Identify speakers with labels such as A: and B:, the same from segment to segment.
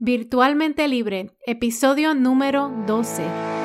A: Virtualmente Libre, episodio número 12.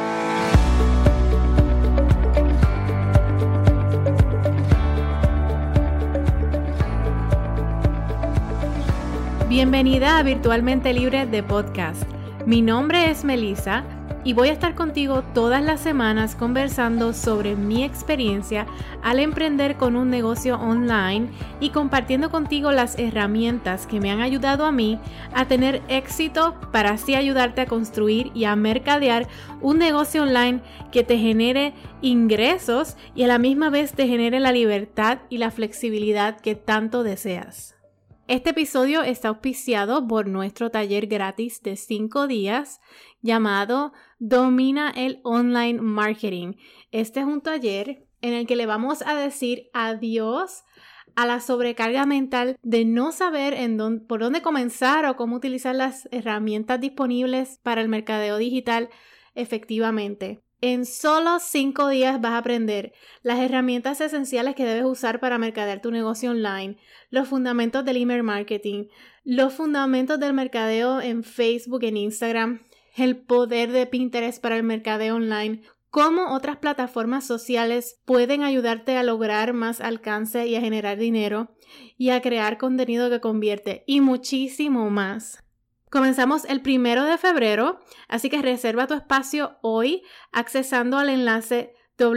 A: Bienvenida a Virtualmente Libre de Podcast. Mi nombre es Melissa y voy a estar contigo todas las semanas conversando sobre mi experiencia al emprender con un negocio online y compartiendo contigo las herramientas que me han ayudado a mí a tener éxito para así ayudarte a construir y a mercadear un negocio online que te genere ingresos y a la misma vez te genere la libertad y la flexibilidad que tanto deseas. Este episodio está auspiciado por nuestro taller gratis de 5 días llamado Domina el Online Marketing. Este es un taller en el que le vamos a decir adiós a la sobrecarga mental de no saber por dónde comenzar o cómo utilizar las herramientas disponibles para el mercadeo digital efectivamente. En solo 5 días vas a aprender las herramientas esenciales que debes usar para mercadear tu negocio online, los fundamentos del email marketing, los fundamentos del mercadeo en Facebook, en Instagram, el poder de Pinterest para el mercadeo online, cómo otras plataformas sociales pueden ayudarte a lograr más alcance y a generar dinero y a crear contenido que convierte y muchísimo más. Comenzamos el 1 de febrero, así que reserva tu espacio hoy accesando al enlace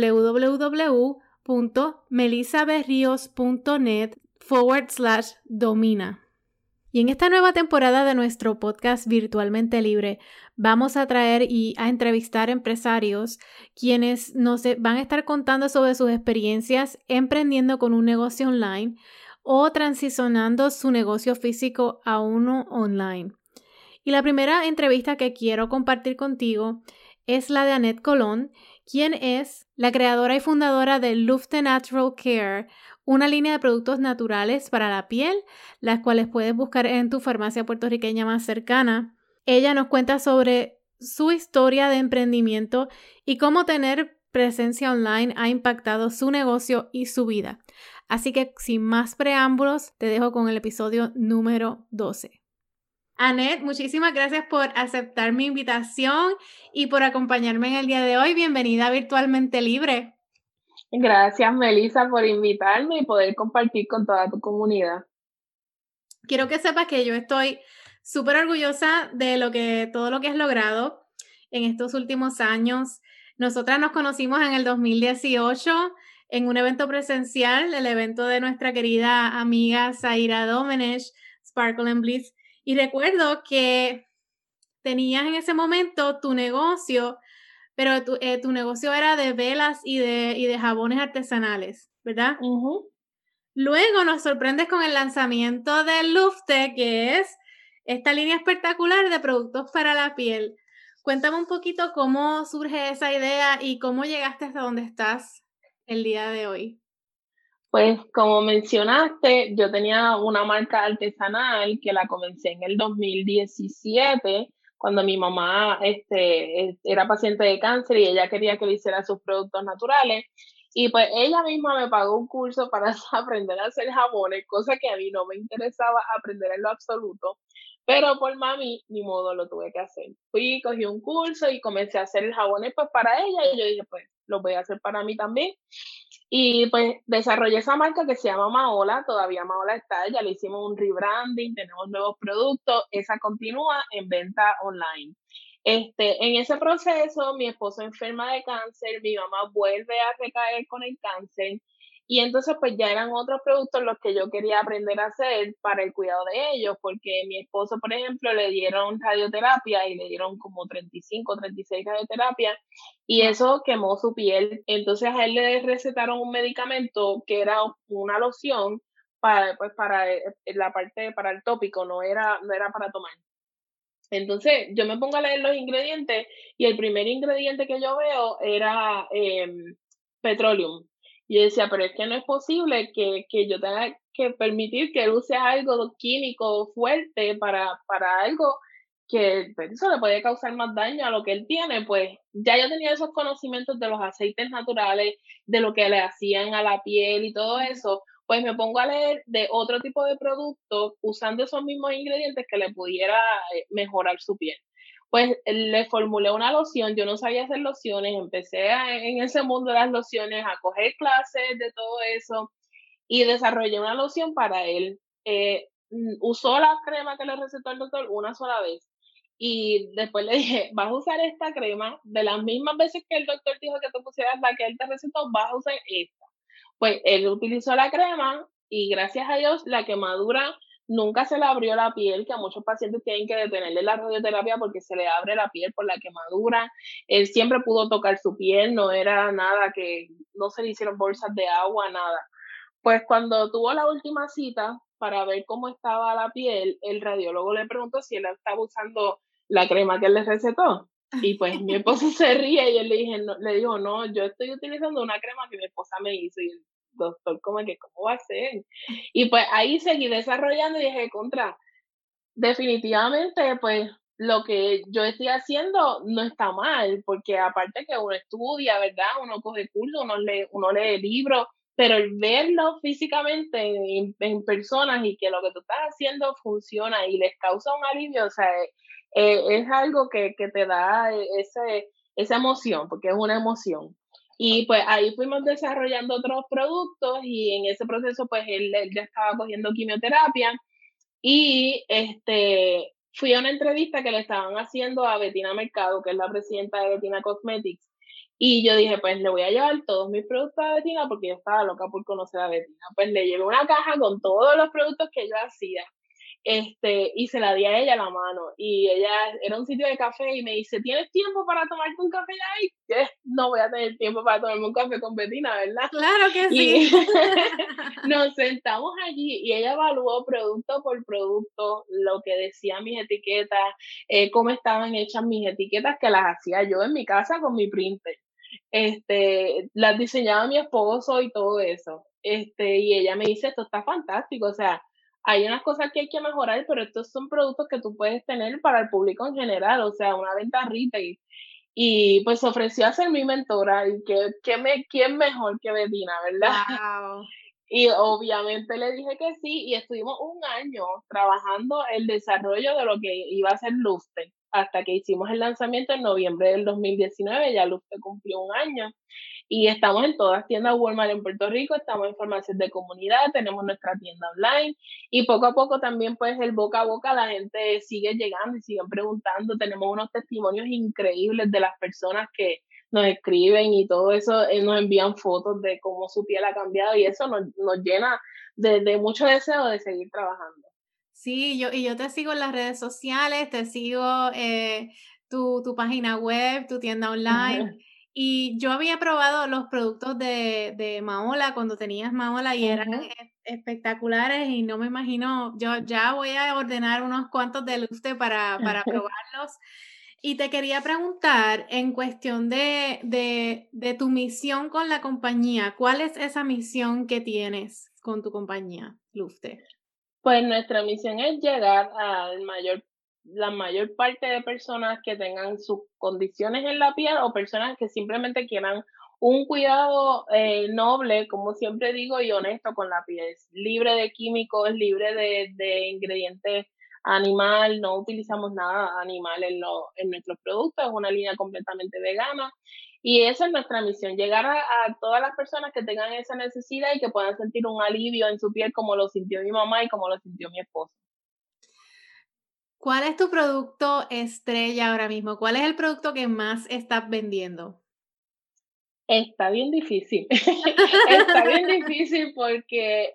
A: www.melissaberrios.net/domina. Y en esta nueva temporada de nuestro podcast Virtualmente Libre, vamos a traer y a entrevistar empresarios quienes nos van a estar contando sobre sus experiencias emprendiendo con un negocio online o transicionando su negocio físico a uno online. Y la primera entrevista que quiero compartir contigo es la de Annette Colón, quien es la creadora y fundadora de Lufte Natural Care, una línea de productos naturales para la piel, las cuales puedes buscar en tu farmacia puertorriqueña más cercana. Ella nos cuenta sobre su historia de emprendimiento y cómo tener presencia online ha impactado su negocio y su vida. Así que sin más preámbulos, te dejo con el episodio número 12. Annette, muchísimas gracias por aceptar mi invitación y por acompañarme en el día de hoy. Bienvenida a Virtualmente Libre.
B: Gracias, Melissa, por invitarme y poder compartir con toda tu comunidad.
A: Quiero que sepas que yo estoy súper orgullosa de todo lo que has logrado en estos últimos años. Nosotras nos conocimos en el 2018 en un evento presencial, el evento de nuestra querida amiga Zaira Domenech, Sparkle and Bliss. Y recuerdo que tenías en ese momento tu negocio, pero tu negocio era de velas y de jabones artesanales, ¿verdad?
B: Uh-huh.
A: Luego nos sorprendes con el lanzamiento de Lufte, que es esta línea espectacular de productos para la piel. Cuéntame un poquito cómo surge esa idea y cómo llegaste hasta donde estás el día de hoy.
B: Pues como mencionaste, yo tenía una marca artesanal que la comencé en el 2017, cuando mi mamá era paciente de cáncer y ella quería que le hiciera sus productos naturales. Y pues ella misma me pagó un curso para aprender a hacer jabones, cosa que a mí no me interesaba aprender en lo absoluto. Pero por mami, ni modo, lo tuve que hacer. Cogí un curso y comencé a hacer jabones pues para ella y yo dije, pues lo voy a hacer para mí también. Y pues desarrollé esa marca que se llama Maola, todavía Maola está, ya le hicimos un rebranding, tenemos nuevos productos, esa continúa en venta online. En ese proceso, mi esposo enferma de cáncer, mi mamá vuelve a recaer con el cáncer y entonces pues ya eran otros productos los que yo quería aprender a hacer para el cuidado de ellos, porque mi esposo, por ejemplo, le dieron radioterapia y le dieron como 35, 36 radioterapias y eso quemó su piel. Entonces a él le recetaron un medicamento que era una loción para la parte, para el tópico, no era para tomar. Entonces, yo me pongo a leer los ingredientes y el primer ingrediente que yo veo era petroleum. Y yo decía, pero es que no es posible que yo tenga que permitir que él use algo químico fuerte para algo que pues, eso le puede causar más daño a lo que él tiene. Pues ya yo tenía esos conocimientos de los aceites naturales, de lo que le hacían a la piel y todo eso. pues me pongo a leer de otro tipo de productos usando esos mismos ingredientes que le pudiera mejorar su piel. Pues le formulé una loción, yo no sabía hacer lociones, en ese mundo de las lociones a coger clases de todo eso y desarrollé una loción para él. Usó la crema que le recetó el doctor una sola vez y después le dije, vas a usar esta crema de las mismas veces que el doctor dijo que te pusieras la que él te recetó, vas a usar esta. Pues él utilizó la crema y gracias a Dios la quemadura nunca se le abrió la piel, que a muchos pacientes tienen que detenerle la radioterapia porque se le abre la piel por la quemadura. Él siempre pudo tocar su piel, no era nada que no se le hicieron bolsas de agua, nada. Pues cuando tuvo la última cita para ver cómo estaba la piel, el radiólogo le preguntó si él estaba usando la crema que él le recetó. Y pues mi esposo se ríe y él le dijo, no, yo estoy utilizando una crema que mi esposa me hizo. Y el doctor como que, ¿cómo va a ser? Y pues ahí seguí desarrollando y dije, definitivamente, pues lo que yo estoy haciendo no está mal, porque aparte que uno estudia, ¿verdad? Uno coge cursos, uno lee libros, pero el verlo físicamente en personas y que lo que tú estás haciendo funciona y les causa un alivio, o sea, es algo que te da esa emoción, porque es una emoción. Y pues ahí fuimos desarrollando otros productos y en ese proceso pues él ya estaba cogiendo quimioterapia y fui a una entrevista que le estaban haciendo a Betina Mercado, que es la presidenta de Betina Cosmetics. Y yo dije, pues le voy a llevar todos mis productos a Betina porque yo estaba loca por conocer a Betina. Pues le llevé una caja con todos los productos que yo hacía y se la di a ella a la mano, y ella era un sitio de café y me dice, ¿tienes tiempo para tomarte un café ahí? No voy a tener tiempo para tomarme un café con Betina, ¿verdad?
A: Claro que
B: Y
A: sí.
B: nos sentamos allí y ella evaluó producto por producto lo que decían mis etiquetas, cómo estaban hechas mis etiquetas, que las hacía yo en mi casa con mi printer. Las diseñaba mi esposo y todo eso. Y ella me dice, esto está fantástico, o sea, hay unas cosas que hay que mejorar, pero estos son productos que tú puedes tener para el público en general, o sea, una venta retail. Y pues ofreció a ser mi mentora y quién mejor que Betina, ¿verdad?
A: Wow.
B: Y obviamente le dije que sí y estuvimos un año trabajando el desarrollo de lo que iba a ser Lufte, hasta que hicimos el lanzamiento en noviembre del 2019, ya Lufte cumplió un año y estamos en todas tiendas Walmart en Puerto Rico, estamos en farmacias de comunidad, tenemos nuestra tienda online y poco a poco también pues el boca a boca la gente sigue llegando y siguen preguntando, tenemos unos testimonios increíbles de las personas que nos escriben y todo eso, nos envían fotos de cómo su piel ha cambiado y eso nos llena de mucho deseo de seguir trabajando.
A: Sí, yo te sigo en las redes sociales, te sigo tu página web, tu tienda online. Y yo había probado los productos de Maola cuando tenías Maola y eran
B: Ujú.
A: espectaculares y no me imagino, yo ya voy a ordenar unos cuantos de Lufte para probarlos. Y te quería preguntar en cuestión de tu misión con la compañía, ¿cuál es esa misión que tienes con tu compañía, Lufte?
B: Pues nuestra misión es llegar la mayor parte de personas que tengan sus condiciones en la piel o personas que simplemente quieran un cuidado noble, como siempre digo, y honesto con la piel, libre de químicos, libre de ingredientes animal, no utilizamos nada animal en nuestros productos, es una línea completamente vegana. Y esa es nuestra misión, llegar a todas las personas que tengan esa necesidad y que puedan sentir un alivio en su piel como lo sintió mi mamá y como lo sintió mi esposo.
A: ¿Cuál es tu producto estrella ahora mismo? ¿Cuál es el producto que más estás vendiendo?
B: Está bien difícil, está bien difícil porque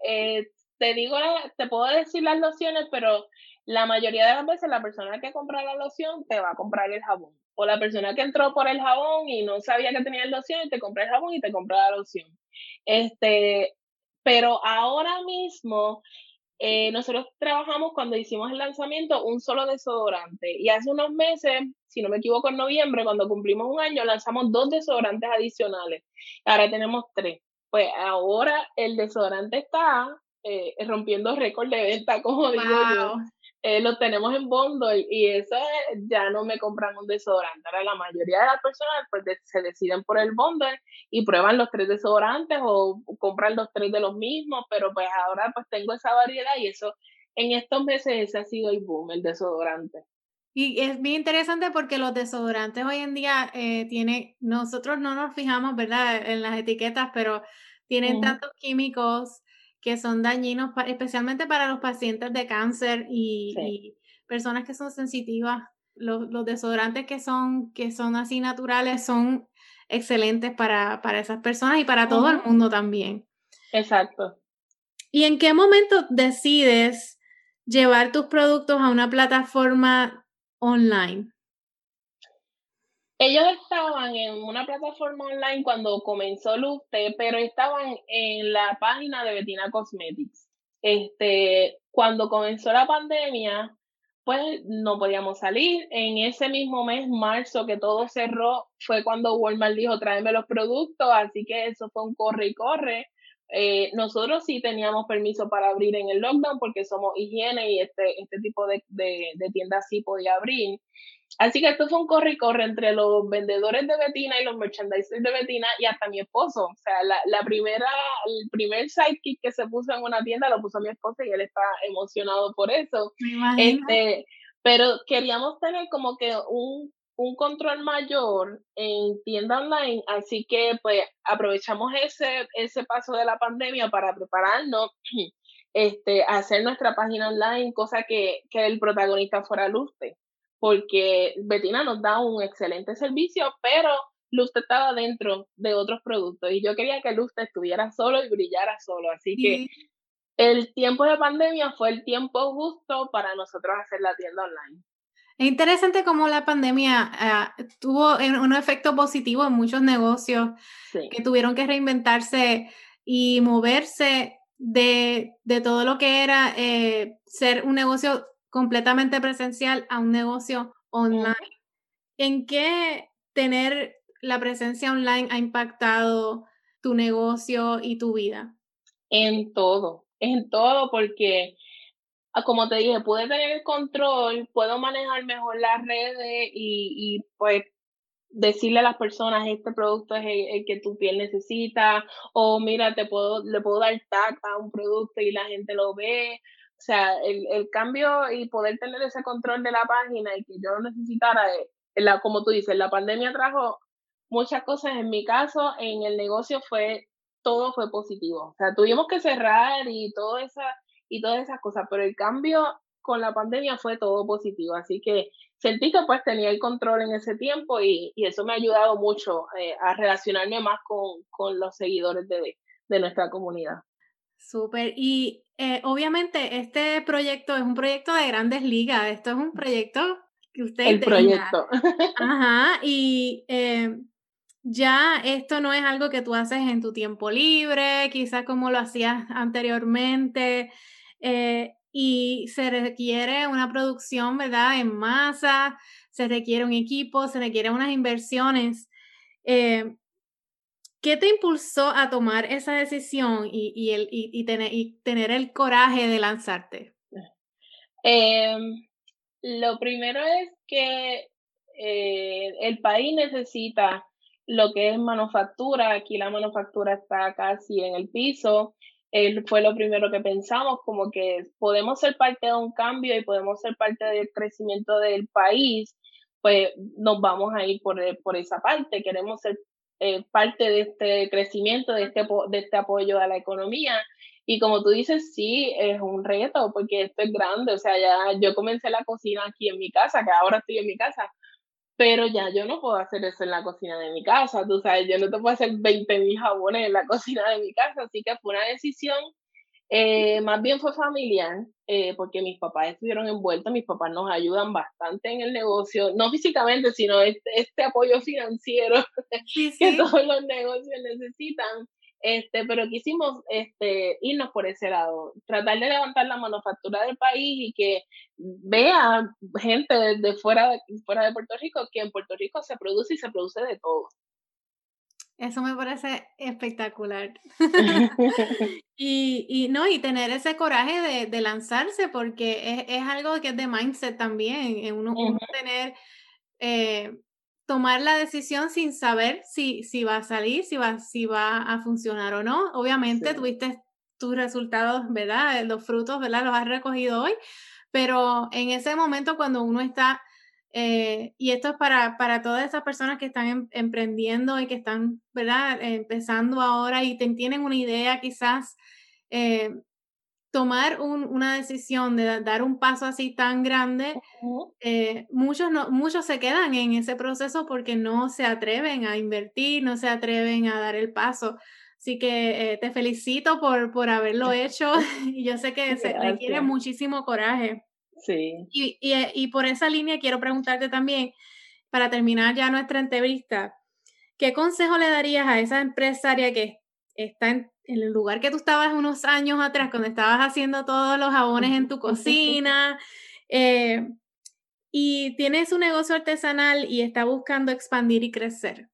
B: te puedo decir las lociones, pero la mayoría de las veces la persona que compra la loción te va a comprar el jabón. O la persona que entró por el jabón y no sabía que tenía loción y te compra el jabón y te compra la loción. Este, pero ahora mismo nosotros trabajamos cuando hicimos el lanzamiento un solo desodorante y hace unos meses, si no me equivoco, en noviembre, cuando cumplimos un año, lanzamos 2 desodorantes adicionales. Ahora tenemos 3. Pues ahora el desodorante está rompiendo récord de venta, como digo yo.
A: Wow.
B: los tenemos en bundle y eso ya no me compran un desodorante. Ahora la mayoría de las personas pues se deciden por el bundle y prueban los 3 desodorantes o compran los 3 de los mismos, pero pues ahora pues tengo esa variedad y eso en estos meses ese ha sido el boom, el desodorante.
A: Y es bien interesante porque los desodorantes hoy en día nosotros no nos fijamos, ¿verdad?, en las etiquetas, pero tienen
B: Ujú,
A: tantos químicos que son dañinos, especialmente para los pacientes de cáncer
B: sí.
A: y personas que son sensitivas. Los desodorantes que son así naturales son excelentes para esas personas y para todo el
B: Ujú,
A: mundo también.
B: exacto.
A: ¿Y en qué momento decides llevar tus productos a una plataforma online?
B: Ellos estaban en una plataforma online cuando comenzó Lufte, pero estaban en la página de Betina Cosmetics. Cuando comenzó la pandemia, pues no podíamos salir. En ese mismo mes, marzo, que todo cerró, fue cuando Walmart dijo, tráeme los productos, así que eso fue un corre y corre. Nosotros sí teníamos permiso para abrir en el lockdown porque somos higiene y este tipo de tiendas sí podía abrir. Así que esto fue un corre y corre entre los vendedores de Betina y los merchandisers de Betina y hasta mi esposo. O sea, el primer sidekick que se puso en una tienda lo puso mi esposo y él está emocionado por eso.
A: Me imagino.
B: Este, pero queríamos tener como que un control mayor en tienda online, así que pues aprovechamos ese paso de la pandemia para prepararnos, a hacer nuestra página online, cosa que el protagonista fuera Luste porque Betina nos da un excelente servicio, pero Lustre estaba dentro de otros productos y yo quería que Lustre estuviera solo y brillara solo. Así que
A: Sí.
B: el tiempo de pandemia fue el tiempo justo para nosotros hacer la tienda online.
A: Es interesante cómo la pandemia, tuvo un efecto positivo en muchos negocios
B: Sí.
A: que tuvieron que reinventarse y moverse de todo lo que era, ser un negocio completamente presencial a un negocio online.
B: Ujú.
A: ¿En qué tener la presencia online ha impactado tu negocio y tu vida?
B: En todo, porque como te dije, pude tener el control, puedo manejar mejor las redes y pues decirle a las personas, este producto es el que tu piel necesita, o mira, le puedo dar tag a un producto y la gente lo ve. O sea, el cambio y poder tener ese control de la página y que yo lo necesitara, como tú dices, la pandemia trajo muchas cosas. En mi caso, en el negocio todo fue positivo. O sea, tuvimos que cerrar y todas esas cosas, pero el cambio con la pandemia fue todo positivo. Así que sentí que pues tenía el control en ese tiempo y eso me ha ayudado mucho a relacionarme más con los seguidores de nuestra comunidad.
A: Súper. Y, obviamente, este proyecto es un proyecto de grandes ligas. Esto es un proyecto que ustedes
B: El
A: dejan.
B: proyecto.
A: Ajá, y, ya esto no es algo que tú haces en tu tiempo libre, quizás como lo hacías anteriormente, y se requiere una producción, ¿verdad?, en masa, se requiere un equipo, se requieren unas inversiones. Eh, ¿Qué te impulsó a tomar esa decisión y tener el coraje de lanzarte?
B: Em, lo primero es que el país necesita lo que es manufactura. Aquí la manufactura está casi en el piso. Fue lo primero que pensamos, como que podemos ser parte de un cambio y podemos ser parte del crecimiento del país, pues nos vamos a ir por esa parte. Queremos ser parte de este crecimiento, de este apoyo a la economía. Y como tú dices, sí, es un reto porque esto es grande, o sea, ya yo comencé la cocina aquí en mi casa, que ahora estoy en mi casa, pero ya yo no puedo hacer eso en la cocina de mi casa, tú sabes, yo no te puedo hacer 20.000 jabones en la cocina de mi casa, así que fue una decisión, más bien fue familiar, porque mis papás estuvieron envueltos, mis papás nos ayudan bastante en el negocio, no físicamente, sino este apoyo financiero
A: Sí,
B: que
A: sí.
B: todos los negocios necesitan. Pero quisimos irnos por ese lado, tratar de levantar la manufactura del país y que vea gente de fuera de Puerto Rico que en Puerto Rico se produce y se produce de todo.
A: Eso me parece espectacular. Y tener ese coraje de lanzarse, porque es algo que es de mindset también, uno tener, tomar la decisión sin saber si va a salir, si va a funcionar o no. Obviamente
B: Sí.
A: tuviste tus resultados, ¿verdad? Los frutos, ¿verdad? Los has recogido hoy, pero en ese momento cuando uno está, y esto es para todas esas personas que están emprendiendo y que están, ¿verdad? Empezando ahora y tienen una idea quizás, tomar una decisión de dar un paso así tan grande, muchos se quedan en ese proceso porque no se atreven a invertir, no se atreven a dar el paso. Así que te felicito por haberlo hecho y yo sé que se requiere
B: Gracias.
A: muchísimo coraje.
B: Sí.
A: Y por esa línea quiero preguntarte también, para terminar ya nuestra entrevista, ¿qué consejo le darías a esa empresaria que está en el lugar que tú estabas unos años atrás, cuando estabas haciendo todos los jabones en tu cocina, eh, y tiene su negocio artesanal y está buscando expandir y crecer?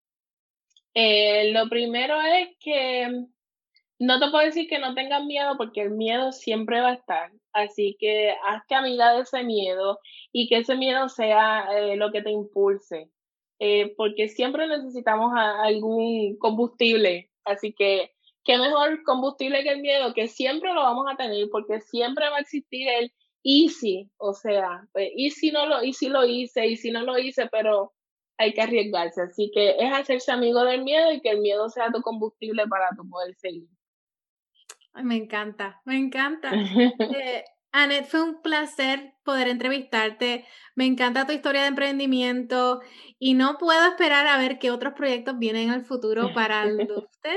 B: Lo primero es que no te puedo decir que no tengas miedo porque el miedo siempre va a estar. Así que hazte amiga de ese miedo y que ese miedo sea lo que te impulse. Porque siempre necesitamos algún combustible. Así que qué mejor combustible que el miedo, que siempre lo vamos a tener porque siempre va a existir el y si, o sea, y si y si lo hice, y si no lo hice, pero hay que arriesgarse. Así que es hacerse amigo del miedo y que el miedo sea tu combustible para tu poder seguir.
A: Ay, me encanta, me encanta. Annette, fue un placer poder entrevistarte. Me encanta tu historia de emprendimiento y no puedo esperar a ver qué otros proyectos vienen al futuro para Lufte.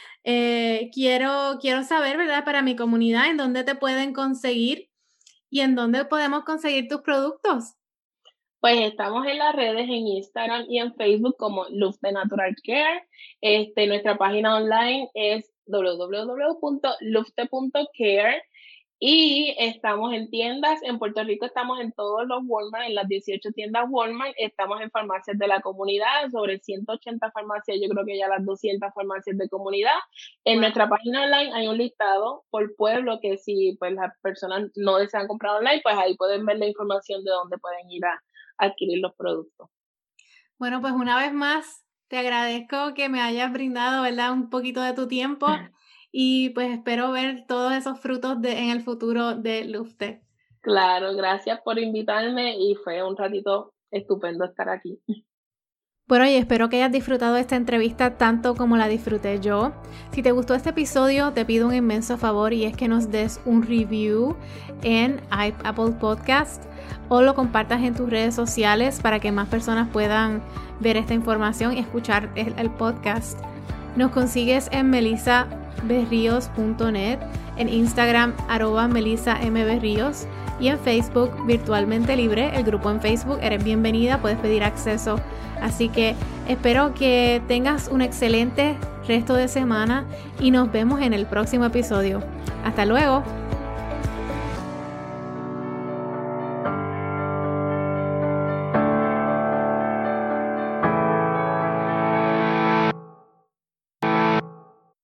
A: Quiero saber, ¿verdad? Para mi comunidad, en dónde te pueden conseguir y en dónde podemos conseguir tus productos.
B: Pues estamos en las redes, en Instagram y en Facebook como Lufte Natural Care. Nuestra página online es www.lufte.care y estamos en tiendas. En Puerto Rico estamos en todos los Walmart, en las 18 tiendas Walmart. Estamos en farmacias de la comunidad, sobre 180 farmacias, yo creo que ya las 200 farmacias de comunidad. En
A: Wow.
B: nuestra página online hay un listado por pueblo que si pues las personas no desean comprar online, pues ahí pueden ver la información de dónde pueden ir a adquirir los productos.
A: Bueno, pues una vez más, te agradezco que me hayas brindado, ¿verdad? Un poquito de tu tiempo y pues espero ver todos esos frutos en el futuro de Lufte.
B: Claro, gracias por invitarme y fue un ratito estupendo estar aquí.
A: Bueno, y espero que hayas disfrutado esta entrevista tanto como la disfruté yo. Si te gustó este episodio, te pido un inmenso favor y es que nos des un review en Apple Podcast o lo compartas en tus redes sociales para que más personas puedan ver esta información y escuchar el podcast. Nos consigues en melissaberrios.net, en Instagram @melisamberios y en Facebook Virtualmente Libre, el grupo en Facebook. Eres bienvenida, puedes pedir acceso. Así que espero que tengas un excelente resto de semana y nos vemos en el próximo episodio. Hasta luego.